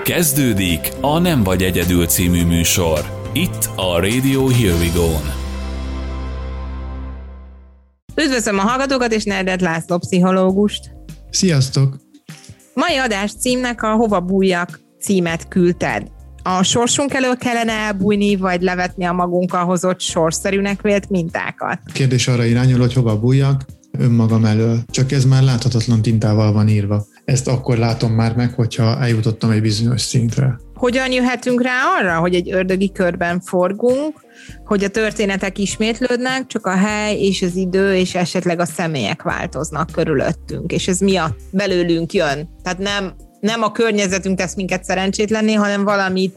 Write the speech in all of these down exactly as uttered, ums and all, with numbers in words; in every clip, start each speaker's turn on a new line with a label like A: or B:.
A: Kezdődik a Nem vagy egyedül című műsor. Itt a Radio Here We Go-n.
B: Üdvözlöm a hallgatókat és Neredet László pszichológust.
C: Sziasztok!
B: Mai adás címnek a Hova bújjak címet küldted. A sorsunk elől kellene elbújni, vagy levetni a magunkkal hozott sorsszerűnek vélt mintákat?
C: A kérdés arra irányul, hogy hova bújjak önmagam elől. Csak ez már láthatatlan tintával van írva. Ezt akkor látom már meg, hogyha eljutottam egy bizonyos szintre.
B: Hogyan jöhetünk rá arra, hogy egy ördögi körben forgunk, hogy a történetek ismétlődnek, csak a hely és az idő és esetleg a személyek változnak körülöttünk, és ez miatt belőlünk jön. Tehát nem, nem a környezetünk tesz minket szerencsétlenné, hanem valamit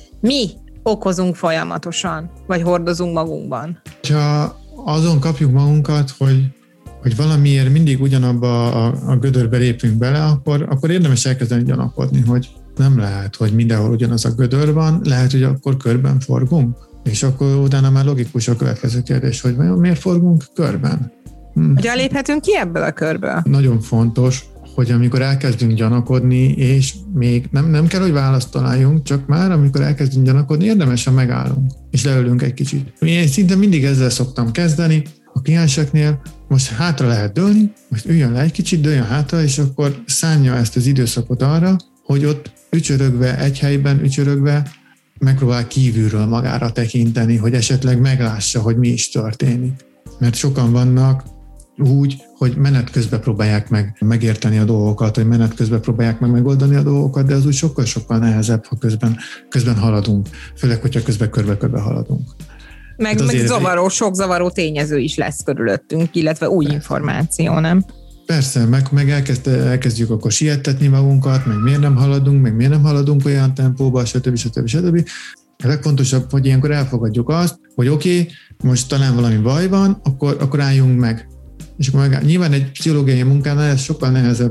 B: mi okozunk folyamatosan, vagy hordozunk magunkban.
C: Ha azon kapjuk magunkat, hogy hogy valamiért mindig ugyanabba a, a gödörbe lépünk bele, akkor, akkor érdemes elkezdeni gyanakodni, hogy nem lehet, hogy mindenhol ugyanaz a gödör van, lehet, hogy akkor körben forgunk, és akkor utána már logikus a következő kérdés, hogy miért forgunk körben? Hm.
B: Hogyan léphetünk ki ebből a körből?
C: Nagyon fontos, hogy amikor elkezdünk gyanakodni, és még nem, nem kell, hogy választ találjunk, csak már amikor elkezdünk gyanakodni, érdemes, ha megállunk, és leülünk egy kicsit. Én szinte mindig ezzel szoktam kezdeni, a klienseknél, most hátra lehet dőlni, most üljön le egy kicsit, dőljön hátra, és akkor szánja ezt az időszakot arra, hogy ott ücsörögve, egy helyben ücsörögve megpróbál kívülről magára tekinteni, hogy esetleg meglássa, hogy mi is történik. Mert sokan vannak úgy, hogy menet közben próbálják meg megérteni a dolgokat, hogy menet közben próbálják meg megoldani a dolgokat, de az úgy sokkal-sokkal nehezebb, ha közben, közben haladunk, főleg, hogyha közben körbe-körbe haladunk.
B: Meg, meg zavaró, sok zavaró tényező is lesz körülöttünk, illetve új
C: persze.
B: információ, nem?
C: Persze, meg, meg elkezd, elkezdjük akkor siettetni magunkat, meg miért nem haladunk, meg miért nem haladunk olyan tempóba, stb. stb. stb. A legfontosabb, hogy ilyenkor elfogadjuk azt, hogy oké, okay, most talán valami baj van, akkor, akkor álljunk meg. És akkor meg, nyilván egy pszichológiai munkánál ez sokkal nehezebb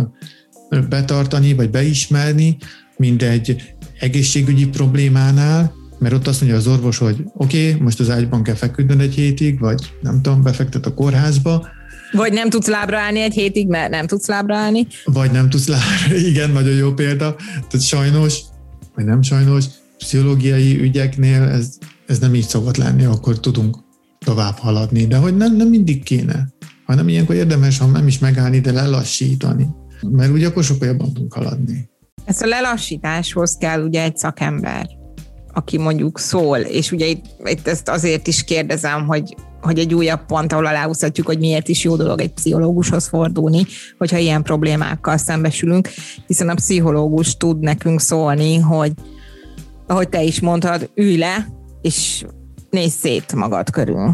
C: betartani, vagy beismerni, mint egy egészségügyi problémánál, mert ott azt mondja az orvos, hogy oké, okay, most az ágyban kell feküdnöd egy hétig, vagy nem tudom, befektet a kórházba.
B: Vagy nem tudsz lábra állni egy hétig, mert nem tudsz lábra állni.
C: Vagy nem tudsz lábra, igen, nagyon jó példa. Tehát sajnos, vagy nem sajnos, pszichológiai ügyeknél ez, ez nem így szokott lenni, akkor tudunk tovább haladni, de hogy nem, nem mindig kéne, hanem ilyenkor érdemes, ha nem is megállni, de lelassítani, mert ugye akkor sokkal jobban tudunk haladni.
B: Ezt a lelassításhoz kell ugye egy szakember, aki mondjuk szól, és ugye itt, itt ezt azért is kérdezem, hogy, hogy egy újabb pont, ahol aláhúzhatjuk, hogy miért is jó dolog egy pszichológushoz fordulni, hogyha ilyen problémákkal szembesülünk, hiszen a pszichológus tud nekünk szólni, hogy ahogy te is mondtad, ülj le, és nézz szét magad körül.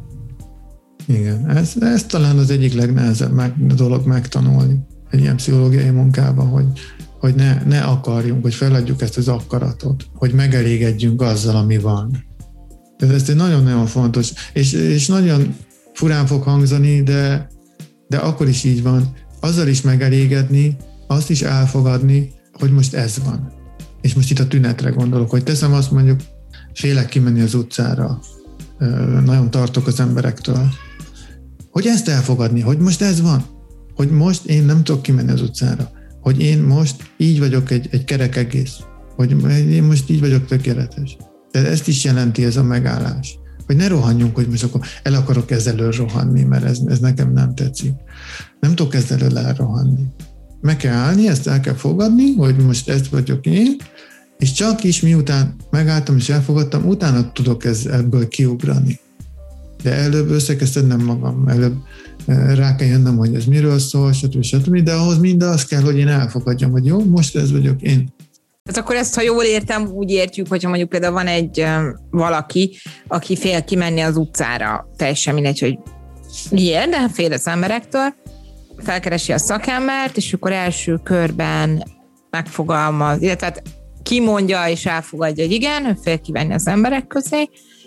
C: Igen, ez, ez talán az egyik legnehezebb meg, dolog megtanulni egy ilyen pszichológiai munkában, hogy hogy ne, ne akarjunk, hogy feladjuk ezt az akaratot, hogy megelégedjünk azzal, ami van. Tehát ez egy nagyon-nagyon fontos, és, és nagyon furán fog hangzani, de, de akkor is így van. Azzal is megelégedni, azt is elfogadni, hogy most ez van. És most itt a tünetre gondolok, hogy teszem azt mondjuk, félek kimenni az utcára, nagyon tartok az emberektől. Hogy ezt elfogadni, hogy most ez van, hogy most én nem tudok kimenni az utcára, hogy én most így vagyok egy, egy kerek egész, hogy én most így vagyok tökéletes. De ezt is jelenti ez a megállás. Hogy ne rohanjunk, hogy most akkor el akarok ezzelől rohanni, mert ez, ez nekem nem tetszik. Nem tudok ezzelől elrohanni. Meg kell állni, ezt el kell fogadni, hogy most ezt vagyok én, és csak is miután megálltam és elfogadtam, utána tudok ez, ebből kiugrani. De előbb össze kell szednem magam, előbb rá kell jönnöm, hogy ez miről szól, stb. stb. De ahhoz mind az kell, hogy én elfogadjam, hogy jó, most ez vagyok én.
B: Tehát akkor ezt, ha jól értem, úgy értjük, hogyha mondjuk például van egy valaki, aki fél kimenni az utcára, teljesen mindegy, hogy miért, de fél az emberektől, felkeresi a szakembert, és akkor első körben megfogalmaz, illetve hát kimondja és elfogadja, hogy igen, ő fél kivenni az emberek közé,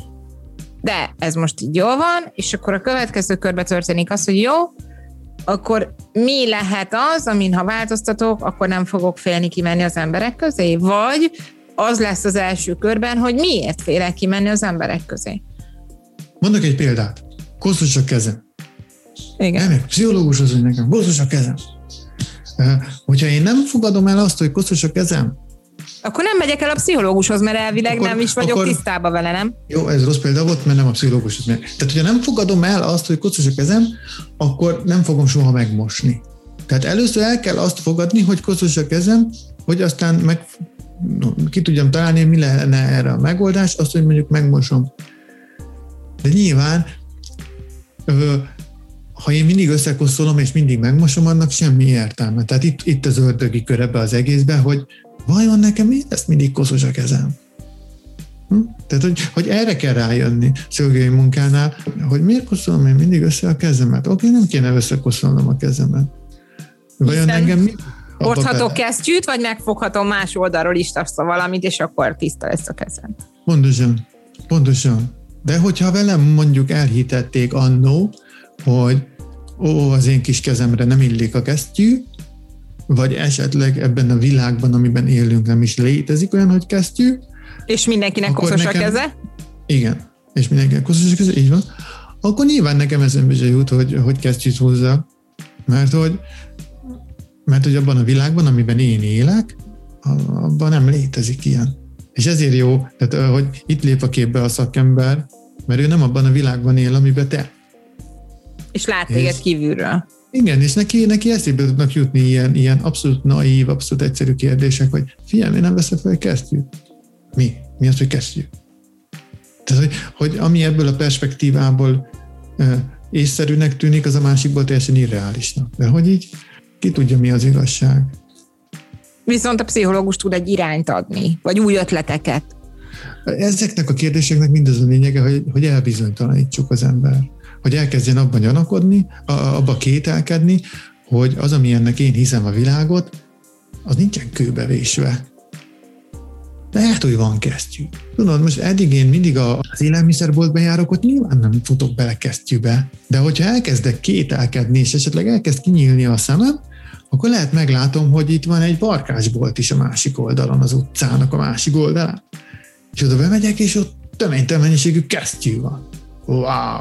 B: de ez most így jól van, és akkor a következő körben történik az, hogy jó, akkor mi lehet az, amin ha változtatok, akkor nem fogok félni kimenni az emberek közé? Vagy az lesz az első körben, hogy miért félek kimenni az emberek közé?
C: Mondok egy példát. Koszos a kezem.
B: Igen.
C: Elmegyek pszichológushoz, hogy nekem koszos a kezem. Hogyha én nem fogadom el azt, hogy koszos a kezem,
B: Akkor nem megyek el a pszichológushoz, mert elvileg akkor, nem is vagyok akkor, tisztában vele, nem?
C: Jó, ez rossz példa volt, mert nem a pszichológushoz megy. Tehát, hogyha nem fogadom el azt, hogy koszos a kezem, akkor nem fogom soha megmosni. Tehát először el kell azt fogadni, hogy koszos a kezem, hogy aztán meg ki tudjam találni, mi lenne erre a megoldás, azt, hogy mondjuk megmosom. De nyilván, ha én mindig összekoszolom, és mindig megmosom, annak semmi értelme. Tehát itt, itt az ördögi kör ebbe az egészben, hogy vajon nekem miért lesz mindig koszos a kezem? Hm? Tehát, hogy, hogy erre kell rájönni pszichológiai munkánál, hogy miért koszolom én mindig össze a kezemet? Oké, nem kéne összekoszolnom a kezemet. Vajon engem mi?
B: Hordhatok kesztyűt, vagy megfoghatom más oldalról is azt valamit, és akkor tiszta lesz a kezem.
C: Pontosan, pontosan. De hogyha velem mondjuk elhitették annó, hogy ó, az én kis kezemre nem illik a kesztyű, vagy esetleg ebben a világban, amiben élünk, nem is létezik olyan, hogy kesztyű.
B: És mindenkinek koszos nekem, a keze?
C: Igen, és mindenkinek koszos a keze, így van. Akkor nyilván nekem eszembe se jut, hogy, hogy kesztyűt hozzak, mert hogy Mert hogy abban a világban, amiben én élek, abban nem létezik ilyen. És ezért jó, tehát, hogy itt lép a képbe a szakember, mert ő nem abban a világban él, amiben te.
B: És lát téged kívülről.
C: Igen, és neki, neki eszébe tudnak jutni ilyen, ilyen abszolút naív, abszolút egyszerű kérdések, hogy figyelj, én nem veszek fel kesztyűt. Mi? Mi az, hogy kesztyű? Tehát, hogy, hogy ami ebből a perspektívából eh, észszerűnek tűnik, az a másikból teljesen irreálisnak. De hogy így ki tudja, mi az igazság.
B: Viszont a pszichológus tud egy irányt adni, vagy új ötleteket.
C: Ezeknek a kérdéseknek mindaz a lényege, hogy, hogy elbizonytalanítsuk az ember. Hogy elkezdjen abban gyanakodni, abban kételkedni, hogy az, amilyennek én hiszem a világot, az nincsen kőbevésve. Lehet, hogy van kesztyű. Tudod, most eddig én mindig az élelmiszerboltban járok, ott nyilván nem futok bele kesztyűbe. De hogyha elkezdek kételkedni, és esetleg elkezd kinyílni a szemem, akkor lehet meglátom, hogy itt van egy barkásbolt is a másik oldalon, az utcának a másik oldalán. És oda bemegyek, és ott töménytelen mennyiségű kesztyű van. Wow!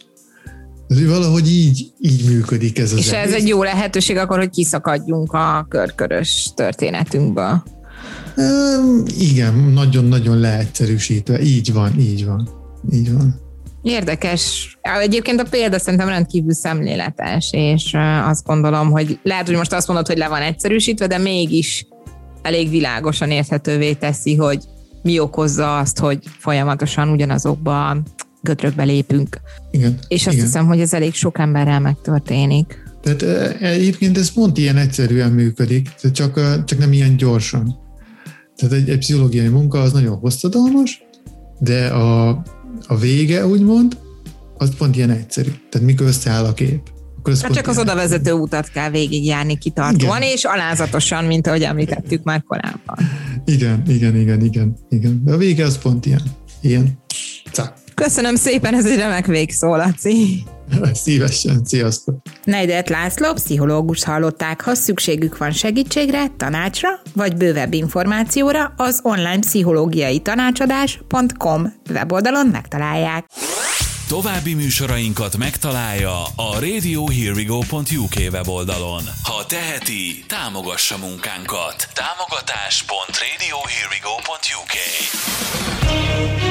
C: Ez valahogy így, így működik ez az
B: És
C: egész.
B: Ez egy jó lehetőség akkor, hogy kiszakadjunk a körkörös történetünkből.
C: Um, igen, nagyon-nagyon leegyszerűsítve. Így van, így van, így van.
B: Érdekes. Egyébként a példa szerintem rendkívül szemléletes, és azt gondolom, hogy lehet, hogy most azt mondod, hogy le van egyszerűsítve, de mégis elég világosan érthetővé teszi, hogy mi okozza azt, hogy folyamatosan ugyanazokba a gödrökbe lépünk.
C: Igen.
B: És azt
C: igen.
B: hiszem, hogy ez elég sok emberrel megtörténik.
C: Tehát egyébként ez pont ilyen egyszerűen működik, csak, csak nem ilyen gyorsan. Tehát egy, egy pszichológiai munka az nagyon hosszadalmas, de a, a vége, úgymond, az pont ilyen egyszerű. Tehát mikor összeáll a kép.
B: Hát csak az odavezető utat kell végigjárni kitartóan, igen. És alázatosan, mint ahogy említettük már korábban.
C: Igen, igen, igen, igen, igen. De a vége az pont ilyen. Ilyen. Cák.
B: Köszönöm szépen, ez egy remek végszó, Laci.
C: Szívesen, sziasztok!
B: Neidert László pszichológus hallották. Ha szükségük van segítségre, tanácsra, vagy bővebb információra, az online pszichológiai tanácsadás pont com weboldalon megtalálják.
A: További műsorainkat megtalálja a radio here we go pont u k weboldalon. Ha teheti, támogassa munkánkat. támogatás pont radio here we go pont u k